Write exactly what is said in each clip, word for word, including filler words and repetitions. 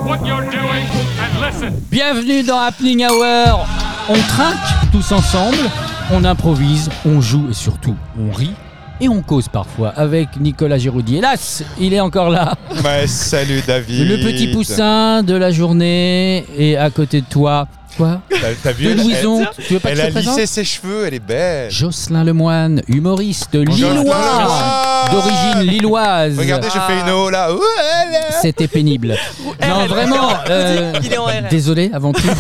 what you're doing and listen. Bienvenue dans Happening Hour. On trinque tous ensemble, on improvise, on joue et surtout on rit. Et on cause parfois avec Nicolas Giroudi. Hélas, il est encore là. Ouais, salut David. Le petit poussin de la journée est à côté de toi. Quoi ? T'as, t'as vu, De elle, Louison, elle, tu veux pas elle que je a te présente ? lissé ses cheveux, elle est belle. Jocelyn Lemoine, humoriste Bonjour, lillois, Jocelyn. d'origine lilloise. Regardez, je fais une eau là. Ouh, là. C'était pénible. Non, vraiment. Euh, Il est en R R. désolé avant tout,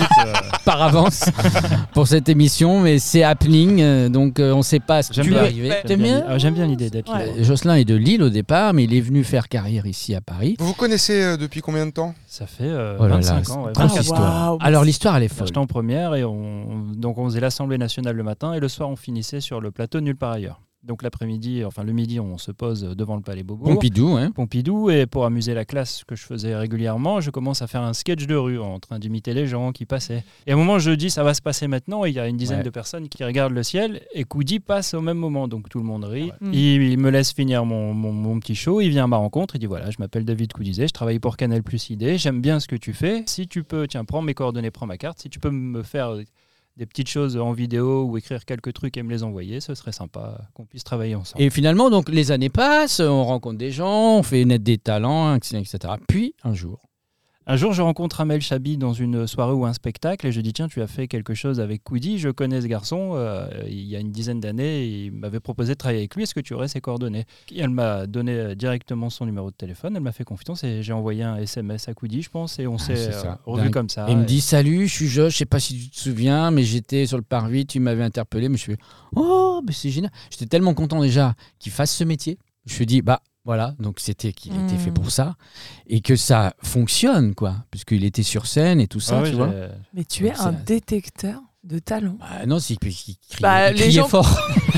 par avance, pour cette émission, mais c'est happening, euh, donc euh, on ne sait pas ce qui J'aime peut bien. arriver. Ouais. T'aimes bien ? Ah, J'aime bien l'idée d'être Ouais. là. Euh, Jocelyn est de Lille au départ, mais il est venu faire carrière ici à Paris. Vous vous connaissez euh, depuis combien de temps ? Ça fait euh, Oh là là, vingt-cinq c'est ans. Ouais, grosse Ah, histoire. waouh. Alors l'histoire, elle est folle. J'étais en première et on, donc on faisait l'Assemblée nationale le matin et le soir on finissait sur le plateau Nulle part ailleurs. Donc l'après-midi, enfin le midi, on se pose devant le Palais Beaubourg. Pompidou, hein. Pompidou, et pour amuser la classe que je faisais régulièrement, je commence à faire un sketch de rue en train d'imiter les gens qui passaient. Et à un moment, je dis ça va se passer maintenant, et il y a une dizaine Ouais. de personnes qui regardent le ciel, et Coudi passe au même moment, donc tout le monde rit. Ouais. Il, il me laisse finir mon, mon, mon petit show, il vient à ma rencontre, il dit voilà, je m'appelle David Coudizet, je travaille pour Canal Plus I D, j'aime bien ce que tu fais, si tu peux, tiens, prends mes coordonnées, prends ma carte, si tu peux me faire des petites choses en vidéo ou écrire quelques trucs et me les envoyer, ce serait sympa qu'on puisse travailler ensemble. Et finalement, donc les années passent, on rencontre des gens, on fait naître des talents, et cetera. Puis un jour, Un jour, je rencontre Amel Chabi dans une soirée ou un spectacle et je dis tiens, tu as fait quelque chose avec Coudi, je connais ce garçon, euh, il y a une dizaine d'années, il m'avait proposé de travailler avec lui, est-ce que tu aurais ses coordonnées ? Et elle m'a donné directement son numéro de téléphone, elle m'a fait confiance et j'ai envoyé un S M S à Coudi, je pense, et on Ah, s'est c'est ça. euh, revus Dingue. comme ça. il me Et- dit salut, je suis Josh, je sais pas si tu te souviens, mais j'étais sur le parvis, tu m'avais interpellé, mais je suis oh, mais c'est génial. J'étais tellement content déjà qu'il fasse ce métier. Je me suis dit bah voilà, donc c'était qu'il était Mmh. fait pour ça et que ça fonctionne quoi, puisqu'il était sur scène et tout ça, Ah ouais, tu vois. j'ai- Mais tu es Donc, un c'est- détecteur de talent. Bah, non, c'est qu'il criait, Bah, il les criait gens- fort.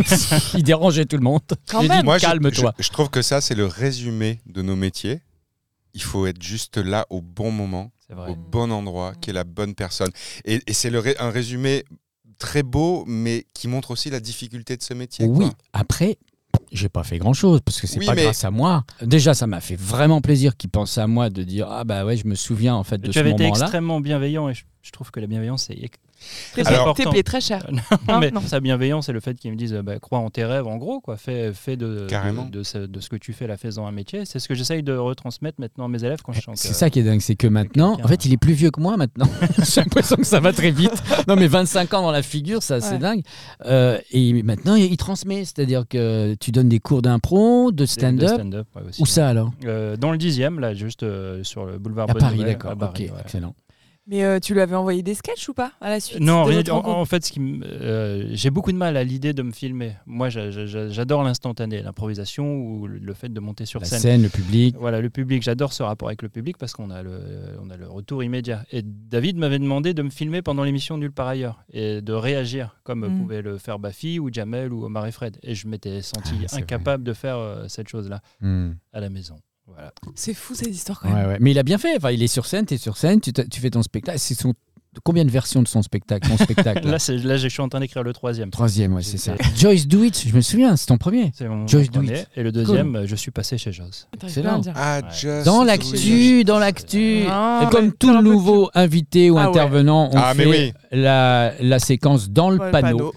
Il dérangeait tout le monde. Quand J'ai même. dit, Moi, je- calme-toi. Je, je trouve que ça, c'est le résumé de nos métiers. Il faut être juste là au bon moment, C'est vrai. au bon endroit, qui est la bonne personne. Et, et c'est le ré- un résumé très beau, mais qui montre aussi la difficulté de ce métier. Oui, quoi. après, j'ai pas fait grand-chose parce que c'est Oui, pas mais- grâce à moi. Déjà, ça m'a fait vraiment plaisir qu'il pense à moi de dire ah bah ouais, je me souviens en fait de tu ce avais été moment-là. extrêmement bienveillant et je, je trouve que la bienveillance c'est T'es Alors- t'es payé très cher. non, Hein, mais non. sa bienveillance, c'est le fait qu'ils me disent bah, crois en tes rêves, en gros, quoi. Fais, fais de, Carrément. de, de ce, de ce que tu fais, la fais-en un métier. C'est ce que j'essaye de retransmettre maintenant à mes élèves quand je chante. C'est ça qui est dingue, c'est que maintenant, quelqu'un- en fait, il est plus vieux que moi maintenant. J'ai l'impression que ça va très vite. Non, mais vingt-cinq ans dans la figure, ça, c'est Ouais. dingue. Euh, et maintenant, il transmet, c'est-à-dire que tu donnes des cours d'impro, de De stand-up. stand-up, ouais, aussi. Où ça alors ? Euh, Dans le dixième, là, juste euh, sur le boulevard À Bonne Paris, Nouvelle, d'accord. à Paris, Ok, ouais. excellent. Mais euh, tu lui avais envoyé des sketchs ou pas à la suite Non, de rien- votre en, rencontre en fait, ce qui me- euh, j'ai beaucoup de mal à l'idée de me filmer. Moi, j'a- j'a- j'adore l'instantané, l'improvisation ou le- le fait de monter sur La scène. scène, le public. Voilà, le public, j'adore ce rapport avec le public parce qu'on a le, on a le retour immédiat. Et David m'avait demandé de me filmer pendant l'émission Nulle part ailleurs et de réagir comme Mm. pouvaient le faire Bafi ou Jamel ou Omar et Fred. Et je m'étais senti Ah, c'est incapable de faire euh, cette chose-là Hmm. à la maison. Voilà. C'est fou cette histoire quand même. Ouais, ouais. Mais il a bien fait. Enfin, il est sur scène, tu es sur scène, tu, t'as- tu fais ton spectacle. C'est son... Combien de versions de son spectacle, ton spectacle là Là, c'est- là, je suis en train d'écrire le troisième. Troisième, ouais, c'est ça. C'était- Joyce Do It, je me souviens, c'est ton premier. C'est mon, Joyce mon Do premier. It. Et le deuxième, euh, je suis passé chez Joss. T'arrives Excellent. pas à le dire. Ah, Ouais. just Dans do l'actu, it. dans l'actu. Ah, Et comme ouais, tout faire un peu nouveau invité ou Ah ouais. intervenant, on Ah, mais fait oui. la, la séquence dans le Ouais, le panneau. panneau.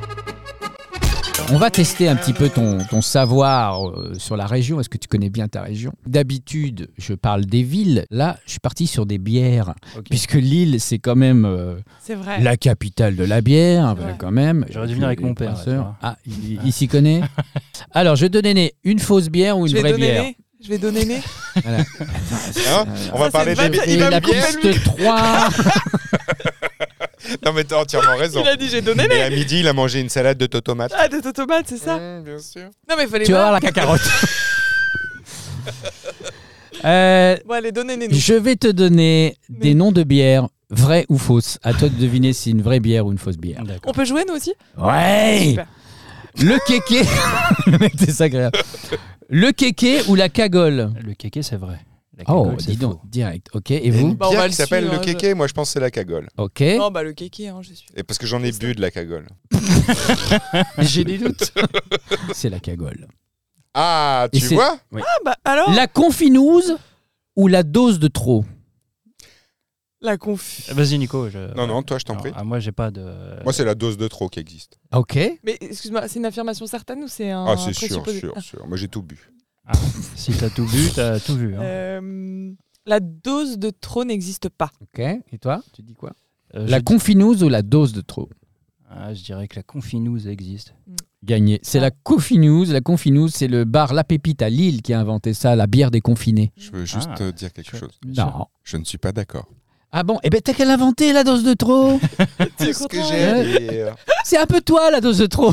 On va tester un petit peu ton, ton savoir euh, sur la région. Est-ce que tu connais bien ta région ? D'habitude, je parle des villes. Là, je suis parti sur des bières. Ok. Puisque Lille, c'est quand même euh, C'est vrai. la capitale de la bière, C'est vrai. quand même. J'aurais dû venir avec Les mon père, là, brasseurs. tu vois. Ah, il, il s'y connaît. Alors, je vais donner né une fausse bière ou une Je vais vraie donner bière. né. Je vais donner né. Voilà. Hein On va Ça, parler c'est de une la vanne, il va Et me la couper le piste trois. Non, mais t'as entièrement raison. Il a dit j'ai donné Et né. à midi, il a mangé une salade de tomates. Ah, de tomates, c'est ça. Mmh, bien sûr. Non, mais il fallait Tu vas voir. voir la cacarotte. Euh, Bon, allez, donnez-les nous. je vais te donner des Mais- noms de bières, vraies ou fausses. À toi de deviner si c'est une vraie bière ou une fausse bière. D'accord. On peut jouer nous aussi. Ouais. Super. Le kéké. Le mec, c'est agréable. Le kéké ou la cagole. Le kéké, c'est vrai. La Oh, cagole, c'est dis donc, faux. direct. Ok, et Il y a vous une Bah, on bière va qui le s'appelle suivre, le hein, kéké, moi je pense que c'est la cagole. Ok. Non, bah le kéké, hein, je suis. Et parce que j'en ai bu de la cagole. J'ai des doutes. C'est la cagole. Ah, Et tu c'est- vois Ah, bah alors. La confinouse ou la dose de trop. La conf. Vas-y, Nico. Je... Non, non, toi, je t'en Alors, prie. ah, moi, j'ai pas de. Moi, c'est la dose de trop qui existe. Ok. Mais excuse-moi, c'est une affirmation certaine ou c'est un. Ah, c'est sûr, présupposé sûr, Ah. sûr. Moi, j'ai tout bu. Ah, si t'as tout vu, t'as tout vu. Hein. Euh, La dose de trop n'existe pas. Ok. Et toi, tu dis quoi? Euh, La je... confinouse ou la dose de trop? Ah, je dirais que la confinouse existe. Gagné. C'est Ah. la confinouse. La confinouse, c'est le bar La Pépite à Lille qui a inventé ça, la bière des confinés. Je veux juste Ah. te dire quelque Je- chose. Bien Non. Je ne suis pas d'accord. Ah bon? Eh ben t'as qu'à l'inventer, la dose de trop. C'est ce que content, j'ai à ouais. dire. C'est un peu toi, la dose de trop.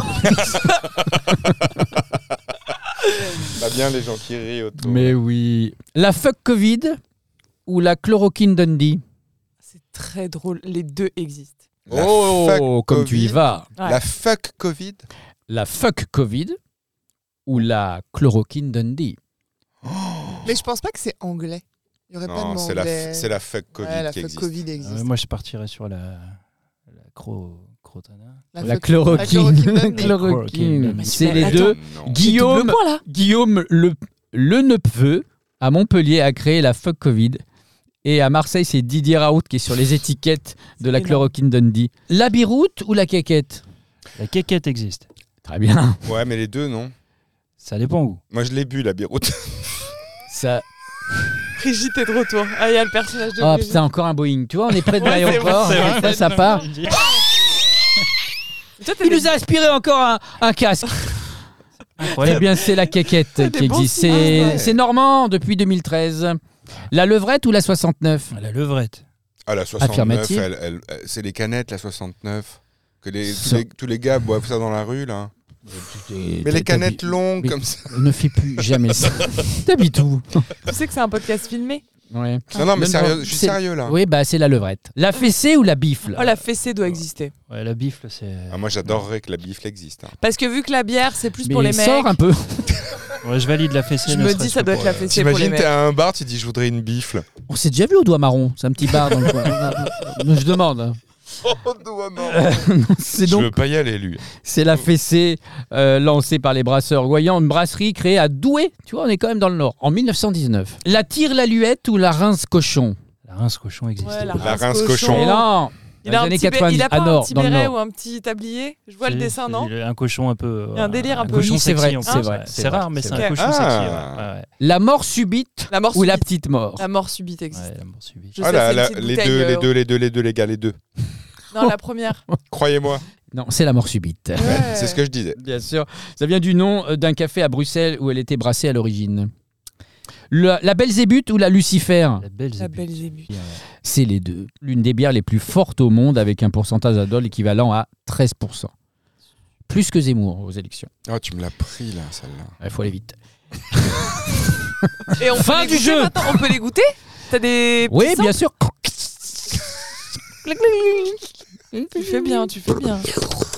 Pas bien les gens qui rient autour. Mais oui. La fuck Covid ou la chloroquine Dundee? C'est très drôle. Les deux existent. La Oh, fuck comme tu y Covid. vas. Ouais. La fuck Covid. La fuck Covid ou la chloroquine Dundee? Mais je pense pas que c'est anglais. Il y aurait pas de Non, mot c'est la, anglais. f- c'est la fuck Covid Ouais, la qui fuck existe. Covid Euh, existe. moi, je partirais sur la, la cro... crotana. La fuck- chloroquine. chloroquine La Dundee. chloroquine. Mais C'est super. les Attends. deux. Non. Double Guillaume, point, là. Guillaume le, le Nepveu, à Montpellier, a créé la fuck Covid. Et à Marseille, c'est Didier Raoult qui est sur les étiquettes de la énorme. chloroquine Dundee. La biroute ou la quéquette? La quéquette existe. Très bien. Ouais, mais les deux, non. Ça dépend où. Moi, je l'ai bu, la biroute. Ça... Brigitte est de retour. Ah, il y a le personnage de Oh Brigitte. putain, encore un Boeing. Tu vois, on est près de Ouais, c'est l'aéroport. vrai, c'est et vrai. ça, ça part. Toi, t'as Il des- nous a aspiré encore un, un casque. Eh Incroyable. bien, c'est la quéquette Des qui bons existe. signes, C'est ouais. c'est normand depuis deux mille treize. La levrette ou la soixante-neuf? La levrette. Ah, la soixante-neuf, Affirmative. elle, elle- elle- c'est les canettes, la soixante-neuf. Que les, tous, Ça- les, tous les gars boivent ça dans la rue, là. Mais Mais les canettes longues, mais- comme ça. Ne fais plus jamais ça. T'habites où? Tu sais que c'est un podcast filmé. Ouais. Non, non, mais Non, sérieux, non, je suis c'est- sérieux, là. Oui, bah c'est la levrette. La fessée ou la bifle? Oh, la fessée doit exister. Ouais, la bifle, c'est. Ah, moi, j'adorerais que la bifle existe. hein. Parce que vu que la bière, c'est plus Mais pour les mecs. sors un peu. Ouais, je valide la fessée. Je ne me serait-ce dis, ça que doit pour être la la- fessée pour les T'imagines, mecs. t'es à un bar, tu dis, je voudrais une bifle. On s'est déjà vu au doigt marron. C'est un petit bar dans le coin. Je demande. Oh, doigt marron. C'est Je donc veux pas y aller, lui. c'est la fessée euh, lancée par les brasseurs Goyans, une brasserie créée à Douai. Tu vois, on est quand même dans le Nord. En mille neuf cent dix-neuf. La tire-la-luette ou la rince cochon? La rince cochon existe. Ouais, la La rince rince cochon. cochon. Et non. Il Dans a, les un années petit bé- quatre-vingt-dix, il a pas à Nord, un petit dans le béret Nord. ou un petit tablier. Je vois le Si, dessin, non il a Un cochon un peu. Il y a un délire un peu. cochon Oui, c'est sexy, vrai, en c'est plus, vrai, ouais. c'est C'est vrai, rare, mais c'est c'est vrai. un cochon Ah. sexy. ouais, ouais, ouais. La mort subite La mort ou la subite. petite mort? La mort subite existe. Ouais, la mort subite. Je Ah, sais, la- c'est une la- petite les bouteille, deux, les euh, deux, les deux, les deux, les gars, les deux. Non, la première. Croyez-moi. Non, c'est la mort subite. Ouais. C'est ce que je disais. Bien sûr. Ça vient du nom euh, d'un café à Bruxelles où elle était brassée à l'origine. Le- la Belzébuth ou la Lucifer? La belle La Belzébuth. C'est les deux. L'une des bières les plus fortes au monde avec un pourcentage d'alcool équivalent à treize pour cent. Plus que Zemmour aux élections. Oh, tu me l'as pris, là, celle-là. Il faut aller vite. Et on Fin peut les du goûter jeu. maintenant. On peut les goûter? T'as des. Oui, petits bien sons sûr. Tu fais bien, tu fais bien.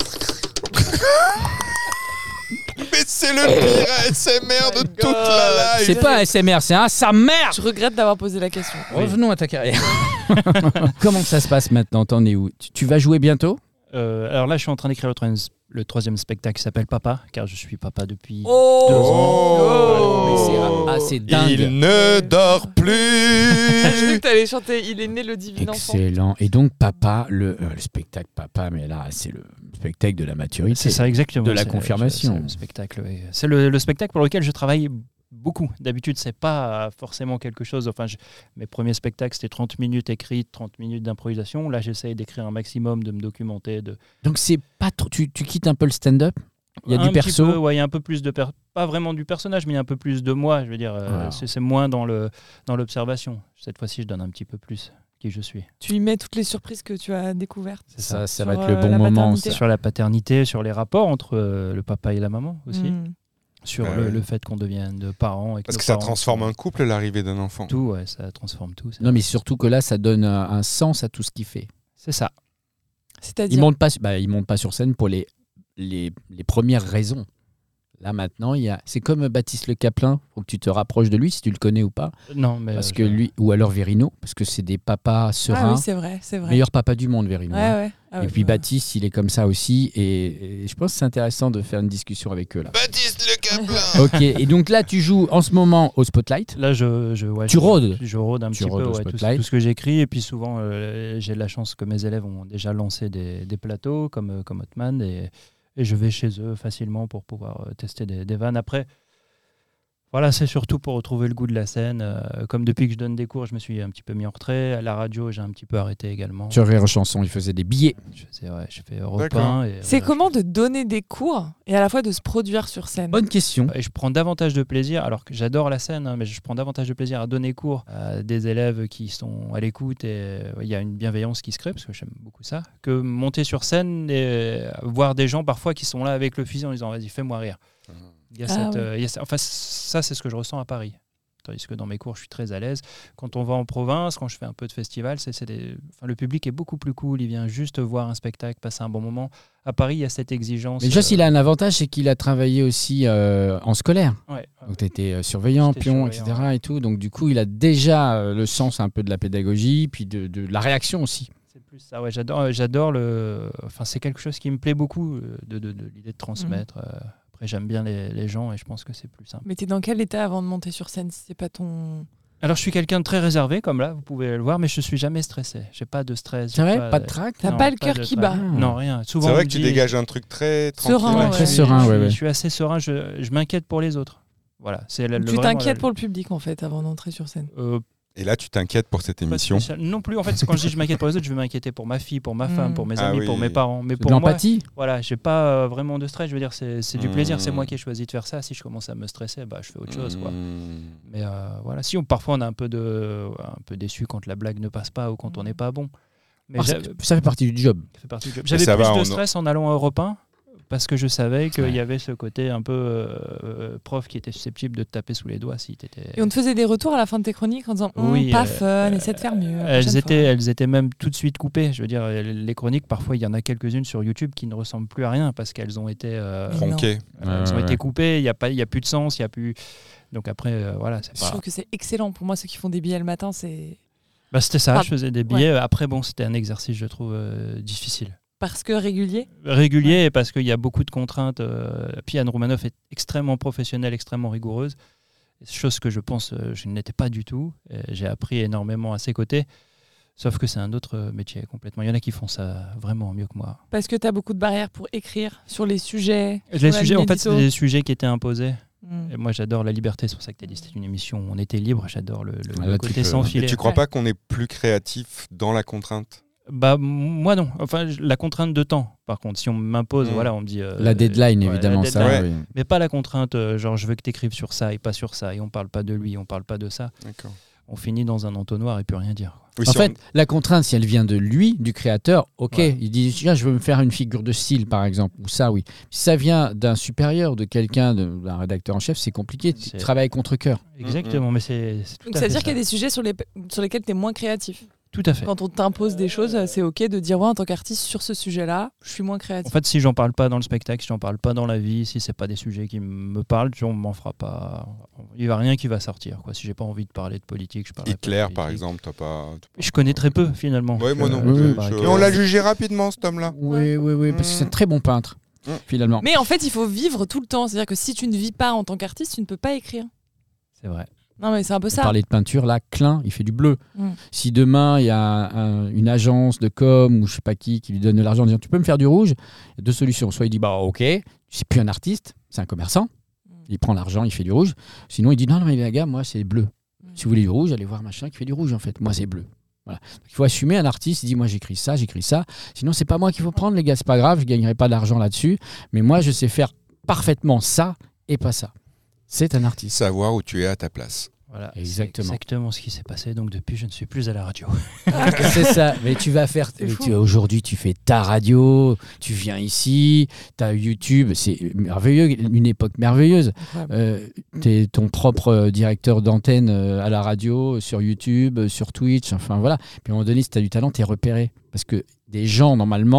Mais c'est le pire A S M R de Oh my toute God. la live. C'est pas un S M R, c'est un sa mère. Je regrette d'avoir posé la question. Revenons à ta carrière. Comment ça se passe maintenant? T'en es où? Tu- Tu vas jouer bientôt? Euh, alors là, je suis en train d'écrire le troisième, le troisième spectacle qui s'appelle Papa, car je suis papa depuis. Oh, Oh. Mais c'est ah, c'est dingue. Il ne dort Je plus. croyais que t'allais chanter Il est né le divin enfant. Excellent. Et donc, papa, le, euh, le spectacle Papa, mais là, c'est le spectacle de la maturité. C'est ça, exactement. de la c'est- confirmation. C'est le spectacle, oui. C'est le, le spectacle pour lequel je travaille beaucoup. D'habitude, c'est pas forcément quelque chose. Enfin, je- mes premiers spectacles, c'était trente minutes écrites, trente minutes d'improvisation. Là, j'essaye d'écrire un maximum, de me documenter. De... Donc, c'est pas trop. Tu, tu quittes un peu le stand-up? Il y a Un du petit perso? peu, ouais, il y a un peu plus de. per- Pas vraiment du personnage, mais il y a un peu plus de moi. Je veux dire, euh, Voilà. c'est c'est moins dans le dans l'observation. Cette fois-ci, je donne un petit peu plus qui je suis. Tu y mets toutes les surprises que tu as découvertes. C'est Ça, ça. ça Sur, va être le euh, bon la moment. paternité. ça. Sur la paternité, sur les rapports entre euh, le papa et la maman aussi. Mm. Sur Ah le, ouais. le fait qu'on devienne de parents. Et que Parce nos que ça parents transforme sont- un couple, l'arrivée d'un enfant. Tout, ouais, ça transforme tout. c'est- Non, mais surtout que là, ça donne un, un sens à tout ce qu'il fait. C'est ça. Il C'est-à-dire. monte pas, bah, il monte pas sur scène pour les, les, les premières raisons. Là maintenant, il y a... c'est comme Baptiste Le Caplin, faut que tu te rapproches de lui si tu le connais ou pas, Non, mais parce euh, que je- lui ou alors Verino, parce que c'est des papas Ah sereins, oui, c'est vrai, c'est vrai. meilleur papa du monde Verino. Ouais, hein. ouais. Ah Et ouais, puis ouais. Baptiste, il est comme ça aussi, et, et je pense que c'est intéressant de faire une discussion avec eux là. Baptiste Le Caplin. Ok, et donc là tu joues en ce moment au Spotlight. Là, je, je, ouais, Tu je- rôdes. Je rôde un Tu petit rôdes peu, au ouais, tout, Spotlight. tout ce que j'écris. Et puis souvent, euh, j'ai de la chance que mes élèves ont déjà lancé des, des plateaux comme, euh, comme Hotman. Et, et je vais chez eux facilement pour pouvoir euh, tester des, des vannes. Après, voilà, c'est surtout pour retrouver le goût de la scène. Euh, comme depuis que je donne des cours, je me suis un petit peu mis en retrait. À la radio, j'ai un petit peu arrêté également. Sur Rire Chanson, il faisait des billets. Je faisais, ouais, je fais D'accord. repas. et C'est voilà, comment de donner des cours et à la fois de se produire sur scène? Bonne question. Et je prends davantage de plaisir, alors que j'adore la scène, hein, mais je prends davantage de plaisir à donner cours à des élèves qui sont à l'écoute et euh, il y a une bienveillance qui se crée, parce que j'aime beaucoup ça, que monter sur scène et euh, voir des gens parfois qui sont là avec le fusil en disant vas-y, fais-moi rire. Il y a Ah cette, ouais. euh, il y a, enfin, ça, c'est ce que je ressens à Paris. Tandis que dans mes cours, je suis très à l'aise. Quand on va en province, quand je fais un peu de festival, c'est, c'est des... enfin, le public est beaucoup plus cool. Il vient juste voir un spectacle, passer un bon moment. À Paris, il y a cette exigence. Mais déjà, euh, s'il a un avantage, c'est qu'il a travaillé aussi euh, en scolaire. ouais, ouais. Donc tu étais surveillant, J'étais pion, surveillant, et cetera. Et tout. Donc du coup, il a déjà euh, le sens un peu de la pédagogie, puis de, de la réaction aussi. C'est plus ça, ouais, j'adore, euh, j'adore le. Enfin, c'est quelque chose qui me plaît beaucoup, euh, de, de, de l'idée de transmettre. euh, Après, j'aime bien les, les gens et je pense que c'est plus simple. Mais t'es dans quel état avant de monter sur scène si c'est pas ton... Alors, je suis quelqu'un de très réservé, comme là, vous pouvez le voir, mais je suis jamais stressé. J'ai pas de stress. C'est j'ai vrai, pas de trac. T'as non, pas le cœur de qui stress. bat. Non, rien. Souvent, C'est on vrai me que tu dit- dégages un truc très Serein, tranquille. ouais. Très je- serein, je, ouais, suis- ouais. je suis assez serein. Je, je m'inquiète pour les autres. Voilà, c'est le, le- Tu vraiment t'inquiètes le- pour le public en fait avant d'entrer sur scène. euh, Et là, tu t'inquiètes pour cette pas émission. spécial- Non plus. En fait, quand je dis je m'inquiète pour les autres, je vais m'inquiéter pour ma fille, pour ma femme, Mm. pour mes Ah amis, oui. pour mes parents. Mais C'est de pour moi, l'empathie. voilà, j'ai pas euh, vraiment de stress. Je veux dire, c'est, c'est du plaisir. Mm. C'est moi qui ai choisi de faire ça. Si je commence à me stresser, bah, je fais autre chose, quoi. Mmh. Mais euh, voilà, si on, parfois on est un peu, de, un peu déçu quand la blague ne passe pas ou quand on n'est pas bon. Mais Ah, j'a- ça- ça fait partie du job. ça fait partie du job. J'avais ça plus va, de on- stress en allant à Europe un parce que je savais qu'il Ouais. y avait ce côté un peu euh, prof qui était susceptible de te taper sous les doigts si t'étais. Et on te faisait des retours à la fin de tes chroniques en disant Hum, Oui, pas euh, fun, essaie de faire mieux. la Elles prochaine étaient, fois. elles étaient même tout de suite coupées. Je veux dire, les chroniques, parfois, il y en a quelques-unes sur YouTube qui ne ressemblent plus à rien parce qu'elles ont été, euh, Mais non. Tronqué. elles Ouais, ont ouais, été ouais. coupées. Il n'y a, pas- il y a plus de sens. Il y a plus. Donc après, euh, voilà, c'est Je pas. trouve que c'est excellent. Pour moi, ceux qui font des billets le matin, c'est Bah, c'était ça. Ah, Je faisais des billets. Après, bon, c'était un exercice, je trouve, euh, difficile. parce que régulier. Régulier et parce qu'il y a beaucoup de contraintes. Euh, puis Anne Roumanoff est extrêmement professionnelle, extrêmement rigoureuse. Chose que je pense euh, je n'étais pas du tout. Et j'ai appris énormément à ses côtés. Sauf que c'est un autre euh, métier complètement. Il y en a qui font ça vraiment mieux que moi. Parce que tu as beaucoup de barrières pour écrire sur les sujets. Les sur la sujets, ligne en fait, édito. c'est des sujets qui étaient imposés. Mm. Et moi, j'adore la liberté. C'est pour ça que tu as dit que c'était une émission où on était libre. J'adore le, le- Ah, le là, tu côté peux- sans Et Et filet. tu crois Ouais. pas qu'on est plus créatif dans la contrainte? Bah, m- moi, non. Enfin, j- la contrainte de temps, par contre. Si on m'impose, Mm. voilà, on me dit. euh, La deadline, ouais, évidemment, la ça. deadline. oui. Mais pas la contrainte, euh, genre, je veux que tu écrives sur ça et pas sur ça. Et on parle pas de lui, on parle pas de ça. D'accord. On finit dans un entonnoir et plus rien dire. quoi. Oui, En si fait, la contrainte, si elle vient de lui, du créateur, ok, Ouais. il dit tiens, je veux me faire une figure de style, par exemple, ou ça, oui. Si ça vient d'un supérieur, de quelqu'un, de- d'un rédacteur en chef, c'est compliqué. Tu C'est- travailles contre cœur. Exactement, mais c'est c'est tout Donc à ça veut fait dire qu'il y a des sujets sur, les, sur lesquels tu es moins créatif. Tout à fait. Quand on t'impose des choses, c'est ok de dire ouais, en tant qu'artiste, sur ce sujet-là, je suis moins En créatif. fait, si j'en parle pas dans le spectacle, si j'en parle pas dans la vie, si c'est pas des sujets qui me parlent, on m'en fera pas. Il y a rien qui va sortir. Quoi. Si j'ai pas envie de parler de politique, je parle. Hitler, par exemple, t'as pas. Je connais très peu finalement. Ouais, moi Je- non. Oui, oui, bah, Je- que- Mais on l'a jugé rapidement, cet homme-là. Oui, oui, oui, parce que c'est un très bon peintre, Mm. finalement. Mais en fait, il faut vivre tout le temps. C'est-à-dire que si tu ne vis pas en tant qu'artiste, tu ne peux pas écrire. C'est vrai. Non, mais c'est un peu On ça. parlait de peinture, là, Klein, il fait du bleu. Mm. Si demain, il y a un- une agence de com ou je sais pas qui qui lui donne de l'argent en disant tu peux me faire du rouge, il y a deux solutions. Soit il dit bah ok, c'est plus un artiste, c'est un commerçant. Mm. Il prend l'argent, il fait du rouge. Sinon, il dit non, non mais les gars, moi c'est bleu. Mm. Si vous voulez du rouge, allez voir machin qui fait du rouge en fait. Moi c'est bleu. Voilà. Donc, il faut assumer un artiste, il dit moi j'écris ça, j'écris ça. Sinon, c'est pas moi qu'il faut prendre, les gars, c'est pas grave, je gagnerai pas d'argent là-dessus. Mais moi, je sais faire parfaitement ça et pas ça. C'est un artiste. Savoir où tu es à ta place. Voilà. Exactement. C'est exactement ce qui s'est passé. Donc depuis, je ne suis plus à la radio. C'est ça, mais tu vas faire. C'est mais fou. tu- Aujourd'hui, tu fais ta radio, tu viens ici, tu as YouTube, c'est merveilleux, une époque merveilleuse. Incroyable. Euh, tu es ton propre euh, directeur d'antenne euh, à la radio, sur YouTube, euh, sur Twitch, enfin voilà. Puis à un moment donné, si tu as du talent, tu es repéré. Parce que des gens, normalement,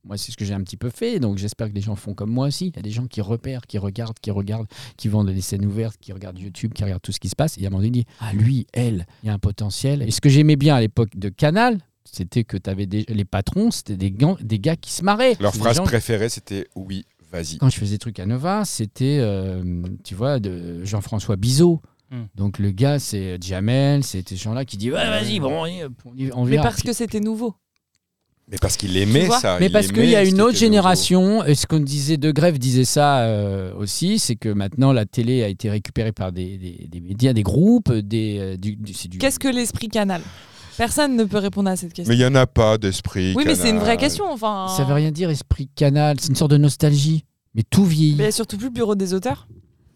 Moi, c'est ce que j'ai un petit peu fait, donc j'espère que les gens font comme moi aussi. Il y a des gens qui repèrent, qui regardent, qui regardent, qui vendent des scènes ouvertes, qui regardent YouTube, qui regardent tout ce qui se passe. Et à un moment donné, ah lui, elle, il y a un potentiel. Et ce que j'aimais bien à l'époque de Canal, c'était que tu avais des, les patrons, c'était des gars, des gars qui se marraient. Leur Des phrase gens- préférée, c'était « oui, vas-y ». Quand je faisais des trucs à Nova, c'était, euh, tu vois, de Jean-François Bizot. Mm. Donc le gars, c'est Jamel, c'est ces gens-là qui disent ouais, vas-y, bon, on, y- on, y- on Mais verra. parce Puis- que c'était nouveau. Mais parce qu'il aimait vois ça. Mais il parce qu'il aimait y a ce une qui autre était nouveau. génération, et ce qu'on disait, De Grève disait ça euh, aussi, c'est que maintenant la télé a été récupérée par des, des, des médias, des groupes, des, euh, du, du- c'est du... Qu'est-ce que l'esprit Canal? Personne ne peut répondre à cette question. Mais il n'y en a pas d'esprit. Oui, mais c'est une vraie Canal. question. Enfin, Ça veut rien dire, esprit Canal, c'est une sorte de nostalgie. Mais tout vieillit. Mais il y a surtout plus le bureau des auteurs.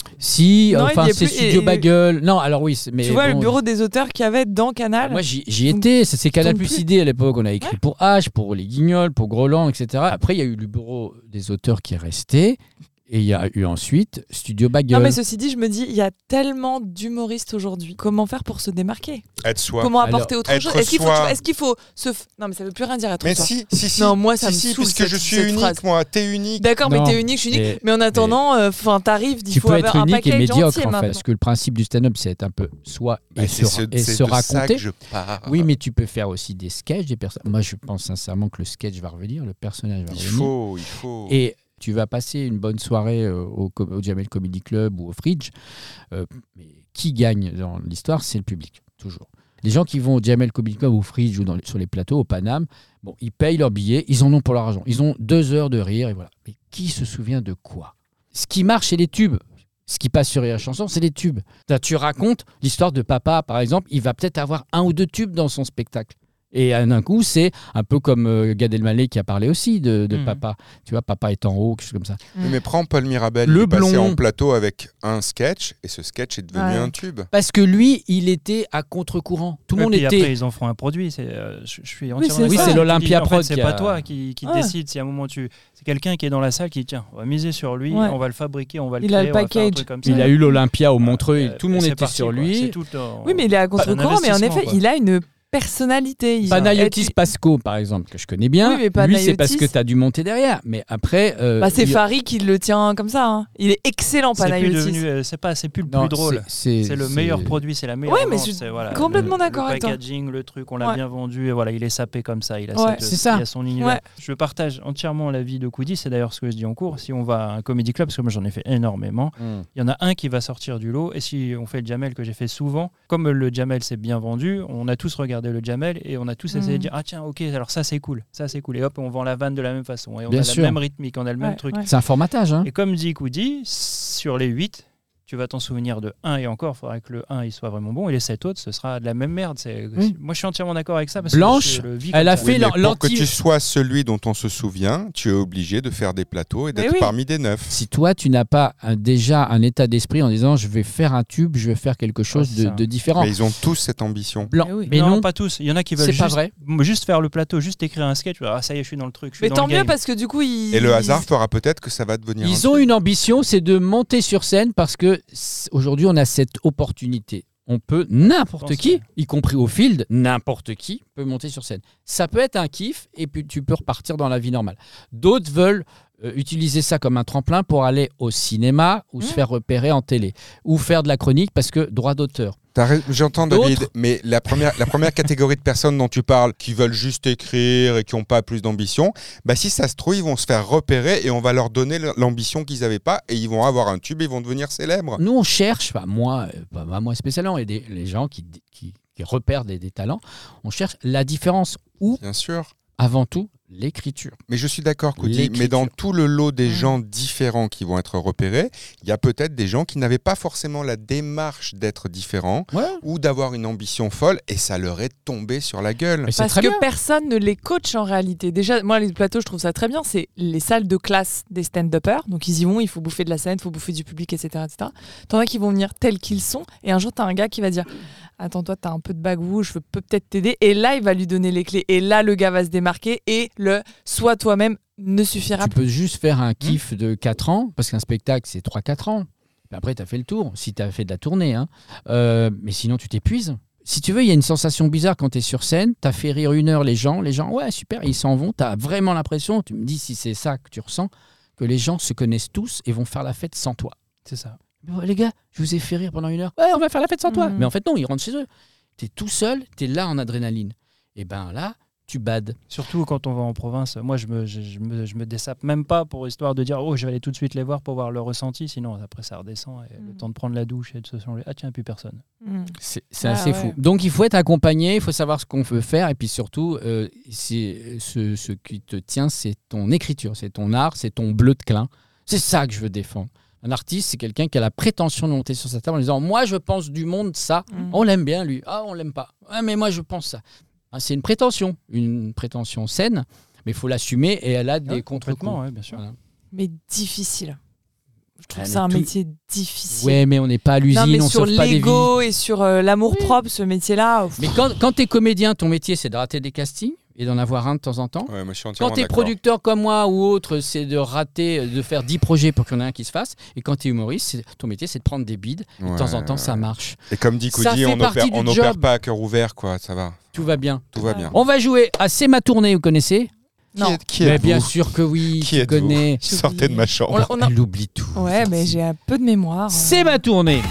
Si, Non, enfin, il y a c'est plus- Studio et- Bagel. Non, alors oui, c'est- mais tu vois, bon, le bureau des auteurs qu'il y avait dans Canal. Moi, j'y j'y Tourne- étais. C'est c'est Canal tourne Plus plus. idée à l'époque. On a écrit Ouais. pour H, pour Les Guignols, pour Groland, et cetera. Après, il y a eu le bureau des auteurs qui est resté. Et il y a eu ensuite Studio Bagel. Non, mais ceci dit, je me dis, il y a tellement d'humoristes aujourd'hui. Comment faire pour se démarquer? Être soi. Comment apporter autre être chose? Est-ce qu'il faut, soi. est-ce qu'il faut se. f- Non, mais ça veut plus rien dire être Mais soi. si, si, si. Non, moi, ça si, me si, saoule, puisque cette- je suis cette unique, phrase. moi. T'es unique. D'accord, mais Non, t'es unique, je suis unique. mais- Mais, en attendant, enfin, t'arrives, il tu faut peux avoir être un unique et package médiocre entier en fait. maintenant. Parce que le principe du stand-up, c'est être un peu soi et, Bah, se, c'est ce- et c'est se de ça raconter. que je parle. Oui, mais tu peux faire aussi des sketchs, des personnes. Moi, je pense sincèrement que le sketch va revenir, le personnage va Il revenir. faut, il faut. Et tu vas passer une bonne soirée euh, au, co- au Jamel Comedy Club ou au Fridge. euh, mais qui gagne dans l'histoire, c'est le public, toujours. Les gens qui vont au Jamel Comedy Club ou au Fridge ou dans les- sur les plateaux, au Paname, bon, ils payent leur billet, ils en ont pour leur argent. Ils ont deux heures de rire et voilà. Mais qui se souvient de quoi? Ce qui marche, c'est les tubes. Ce qui passe sur Rire et Chanson, c'est les tubes. Là, tu racontes l'histoire de papa, par exemple, il va peut-être avoir un ou deux tubes dans son spectacle. Et euh, d'un coup, c'est un peu comme euh, Gad Elmaleh qui a parlé aussi de, de Mhm. papa. Tu vois, papa est en haut, quelque chose comme ça. Oui, mais prends Paul Mirabel. Le il est passé blond. en plateau avec un sketch et ce sketch est devenu Ouais. un tube. Parce que lui, il était à contre-courant. Tout le Et monde puis était. après, ils en feront un produit. C'est, euh, je, je suis entièrement c'est d'accord. ça. Oui, c'est Tu l'Olympia dis, en Prod fait, C'est qui pas a- toi qui, qui Ouais. décide. Si à un moment tu, c'est quelqu'un qui est dans la salle qui dit tiens, on va miser sur lui, Ouais. on va le fabriquer, on va le Il a créer, le on va faire un package. truc comme ça. Il a eu l'Olympia au Montreux, Euh, et tout le monde et c'est était parti, sur quoi. lui. C'est tout en- Oui, mais il est à contre-courant, mais en effet, investissement, il a une personnalité. Il- Panayotis Et tu- Pasco, par exemple, que je connais bien. Oui, mais lui, c'est parce Panayotis- que tu as dû monter derrière. Mais après. euh, Bah, c'est il- Farid qui le tient comme ça. hein. Il est excellent, C'est plus Panayotis. devenu, euh, c'est pas, c'est plus le Non, plus drôle. c'est- C'est le c'est- meilleur produit, c'est la meilleure Ouais, mais vente, je suis c'est, voilà, complètement le- d'accord le avec toi. packaging, le truc, on l'a Ouais. bien vendu et voilà, il est sapé comme ça. Il a, Ouais. cette- C'est ça. il a son univers. Ouais. Je partage entièrement l'avis de Coudi. C'est d'ailleurs ce que je dis en cours. Si on va à un comedy club, parce que moi j'en ai fait énormément, Mm. il y en a un qui va sortir du lot. Et si on fait le Jamel que j'ai fait souvent, comme le Jamel s'est bien vendu, on a tous regardé le Jamel et on a tous essayé Mm. de dire ah tiens ok alors ça c'est cool, ça c'est cool et hop on vend la vanne de la même façon et on Bien a sûr. la même rythmique, on a le même Ouais, truc. ouais. C'est un formatage. Hein. Et comme dit Coudi, sur les huit, tu vas t'en souvenir de un et encore, il faudra que le un il soit vraiment bon et les sept autres ce sera de la même merde. C'est... Oui. Moi je suis entièrement d'accord avec ça parce Blanche, que je le vis elle comme a ça. fait Oui, mais l'an- pour que l'anti- tu sois celui dont on se souvient, tu es obligé de faire des plateaux et Mais d'être oui. parmi des neufs. Si toi, tu n'as pas un- déjà un état d'esprit en disant je vais faire un tube, je vais faire quelque chose c'est de, ça. de différent. Mais ils ont tous cette ambition. Blanc. Mais oui. Mais non, non, pas tous. Il y en a qui veulent c'est juste, pas vrai. juste faire le plateau, juste écrire un sketch. Ah, ça y est, je suis dans le truc. Je suis Mais dans tant le mieux game. parce que du coup, il. Et le hasard fera peut-être que ça va devenir un Ils ont tube. une ambition, c'est de monter sur scène parce que c- aujourd'hui on a cette opportunité. On peut, n'importe pense qui, que- y compris au field, n'importe qui peut monter sur scène. Ça peut être un kiff et puis tu peux repartir dans la vie normale. D'autres veulent euh, utiliser ça comme un tremplin pour aller au cinéma ou se Mmh. faire repérer en télé ou faire de la chronique parce que droit d'auteur. T'as rais- J'entends David, D'autres- mais la première, la première catégorie de personnes dont tu parles, qui veulent juste écrire et qui n'ont pas plus d'ambition, bah si ça se trouve, ils vont se faire repérer et on va leur donner l'ambition qu'ils n'avaient pas et ils vont avoir un tube et ils vont devenir célèbres. Nous, on cherche, enfin, moi, euh, pas pas moi spécialement, et des, les gens qui, qui, qui repèrent des, des talents, on cherche la différence ou, Bien sûr. avant tout, l'écriture. Mais je suis d'accord, Coudi, L'écriture. mais dans tout le lot des Mmh. gens différents qui vont être repérés, il y a peut-être des gens qui n'avaient pas forcément la démarche d'être différents Ouais. ou d'avoir une ambition folle et ça leur est tombé sur la gueule. Mais c'est Parce très que bien. personne ne les coach en réalité. Déjà, moi, les plateaux, je trouve ça très bien. C'est les salles de classe des stand-uppers. Donc, ils y vont, il faut bouffer de la scène, il faut bouffer du public, et cetera et cetera. T'en as qui vont venir tels qu'ils sont. Et un jour, t'as un gars qui va dire attends, toi, t'as un peu de bagou, je peux peut-être t'aider. Et là, il va lui donner les clés. Et là, le gars va se démarquer. Et le sois toi-même ne suffira Tu plus. peux juste faire un kiff de quatre ans, parce qu'un spectacle, c'est trois quatre ans. Puis après, tu as fait le tour, si tu as fait de la tournée. Hein. Euh, mais sinon, tu t'épuises. si tu veux, il y a une sensation bizarre quand tu es sur scène. Tu as fait rire une heure les gens. Les gens, ouais, super, ils s'en vont. Tu as vraiment l'impression, tu me dis si c'est ça que tu ressens, que les gens se connaissent tous et vont faire la fête sans toi. C'est ça. Oh, les gars, je vous ai fait rire pendant une heure. Ouais, on va faire la fête sans toi. Mmh. Mais en fait, non, ils rentrent chez eux. Tu es tout seul, tu es là en adrénaline. Et ben là, tu bades. Surtout quand on va en province. Moi, je me, je, je me, je me dessape même pas pour histoire de dire oh, je vais aller tout de suite les voir pour voir le ressenti. Sinon, après, ça redescend. Et Mm. le temps de prendre la douche et de se changer. Ah, tiens, plus personne. Mm. C'est, c'est Ah, assez ouais. fou. Donc, il faut être accompagné, il faut savoir ce qu'on veut faire. Et puis surtout, euh, c'est, ce, ce qui te tient, c'est ton écriture, c'est ton art, c'est ton bleu de clin. C'est ça que je veux défendre. Un artiste, c'est quelqu'un qui a la prétention de monter sur sa table en disant moi, je pense du monde ça. Mm. On l'aime bien, lui. Ah, on l'aime pas. Ah, mais moi, je pense ça. Ah, c'est une prétention, une prétention saine, mais il faut l'assumer et elle a des Ouais, contre-coups. complètement, ouais, bien sûr. Voilà. Mais difficile. Je trouve Ah, que mais c'est un tout- métier difficile. Ouais, mais on n'est pas à l'usine, non, mais on sur sauve pas des vies. l'ego et sur euh, l'amour propre, ce métier-là. pff, Mais quand, quand tu es comédien, ton métier, c'est de rater des castings et d'en avoir un de temps en temps. Ouais, moi, je suis entièrement Quand tu es d'accord. producteur comme moi ou autre, c'est de rater, de faire dix projets pour qu'il y en ait un qui se fasse. Et quand tu es humoriste, c'est- ton métier, c'est de prendre des bides. Et de temps en temps, ça marche. Et comme dit Ça Coudi, fait on partie opère, du on opère job. pas à cœur ouvert, quoi. Ça va, Tout va bien. tout va Ouais. bien. On va jouer à C'est ma tournée, vous connaissez? Qui Non. est- qui Mais êtes-vous bien sûr que oui, Qui tu êtes-vous connais. J'ai Sortez de ma chambre. On l'a- on a- Elle oublie tout. Ouais, mais Merci. j'ai un peu de mémoire. C'est ma tournée.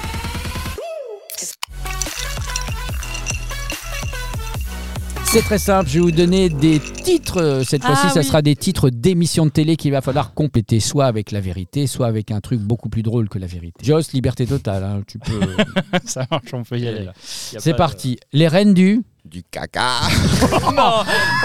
C'est très simple, je vais vous donner des titres. Cette Ah fois-ci, ça oui. sera des titres d'émissions de télé qu'il va falloir compléter, soit avec la vérité, soit avec un truc beaucoup plus drôle que la vérité. Joss, liberté totale, hein, tu peux. Ça marche, on peut y aller là. Y a C'est pas de- parti. Les reines du. Du caca. Non,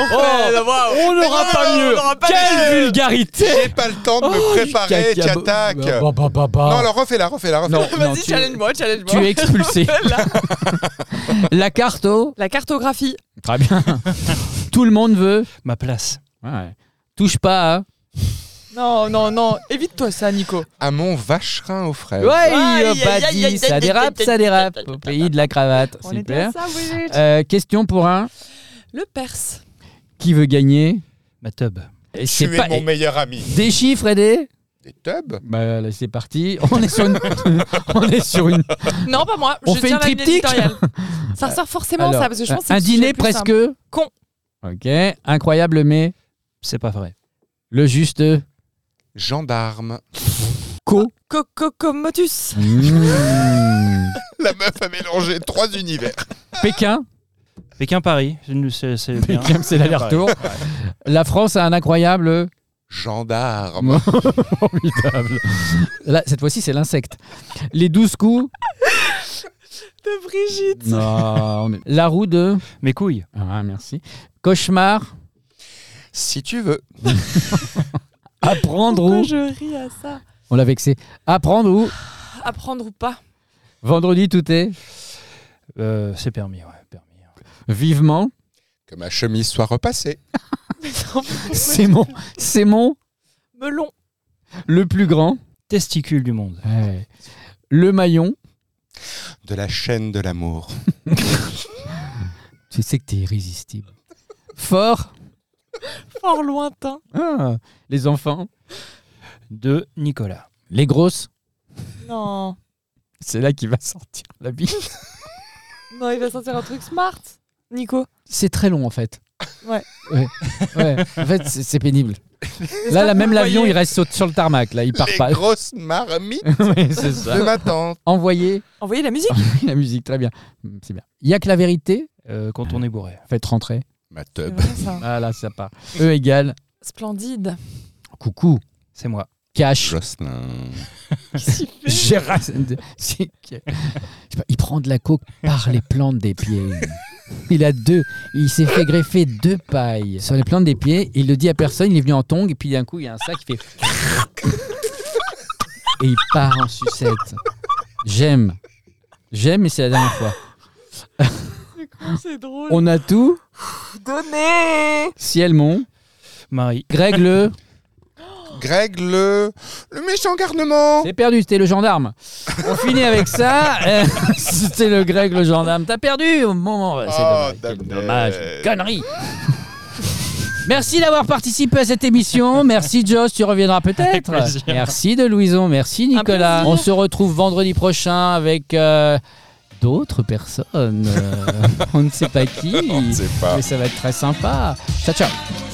On n'aura pas mieux. n'aura pas Quelle vulgarité. J'ai pas le temps de me Oh, préparer, du tu caca. attaques. Bah, bah, bah, bah. Non, alors refais-la, refais-la, refais-la. Non, non, Vas-y, tu- challenge-moi, challenge-moi. Tu es expulsé. Là. La carte au. La cartographie. Très bien. Tout le monde veut. Ma place. Ouais. Touche pas à. Non, non, non. Évite-toi ça, Nico. À mon vacherin aux fraises. Ouais, Aïe, hop, aïe, aïe, dit, aïe, ça aïe, dérape, aïe, ça aïe, dérape. aïe, aïe, Au pays de la cravate. On était à Super. ça, oui. Euh, question pour un. Le Perse. Qui veut gagner? Ma tub. Et Tu es mon meilleur ami. Des chiffres et des. Des tubs. Bah là, c'est parti. On est sur une. On est sur une. Non, pas moi. On je fait tiens une la ligne triptyque éditoriale. Ça ressort forcément Alors, ça, parce que je pense que c'est un le sujet dîner le plus presque. simple. Con. Ok. Incroyable, mais C'est pas vrai. le juste. Gendarme. Co. Cocomotus. Mmh. La meuf a mélangé trois univers. Pékin. Pékin-Paris, c'est c'est bien. Pékin, c'est l'aller-retour. La France a un incroyable. Gendarme. Formidable. Là, cette fois-ci, c'est l'insecte. Les douze coups. De Brigitte. Non. on est- La roue de. Mes couilles. Ah, merci. Cauchemar. Si tu veux. Apprendre Pourquoi ou. je ris à ça? On l'a vexé. Apprendre ou. Apprendre ou pas? Vendredi, tout est. Euh, c'est permis, ouais, permis. Vivement. Que ma chemise soit repassée. C'est mon. C'est mon. Melon. Le plus grand. Testicule du monde. Ouais. Le maillon. De la chaîne de l'amour. Tu sais que t'es irrésistible. Fort. Fort lointain. Ah, les enfants. De Nicolas. Les grosses. Non. C'est là qu'il va sortir la vie. Non, il va sortir un truc smart. Nico. C'est très long en fait. Ouais. Ouais. Ouais. En fait, c'est c'est pénible. J'espère Là, là que même vous l'avion, voyez. il reste sur, sur le tarmac. Là, il part Les pas. grosses marmites Oui, c'est ça. de ma tante. Envoyer Envoyez la musique. la musique, très bien. C'est bien. Il y a que la vérité. Euh, quand on est bourré. Faites rentrer. Ma C'est tub. vrai, ça. Ah là, ça part. E égale. Splendide. Coucou. C'est moi. Cash. Jocelyn. Gérard. C'est- Je sais pas, il prend de la coke par les plantes des pieds. Il a deux. Il s'est fait greffer deux pailles sur les plantes des pieds. Il le dit à personne. Il est venu en tongs. Et puis d'un coup, il y a un sac qui fait. Et il part en sucette. J'aime. J'aime, mais c'est la dernière fois. C'est con, c'est drôle. On a tout. Donnez. Ciel, mon. Marie. Greg le. Greg le. Le méchant garnement. C'est perdu, c'était le gendarme. On finit avec ça. Euh, C'était le Greg, le gendarme. T'as perdu au moment. C'est Oh, dommage. Quel damned. dommage. Une connerie. Merci d'avoir participé à cette émission. Merci Joss, tu reviendras Avec peut-être. plaisir. Merci de Louison, merci Nicolas. plaisir. On se retrouve vendredi prochain avec euh, d'autres personnes. Euh, on ne sait pas qui, On ne sait pas. mais ça va être très sympa. Ciao, ciao.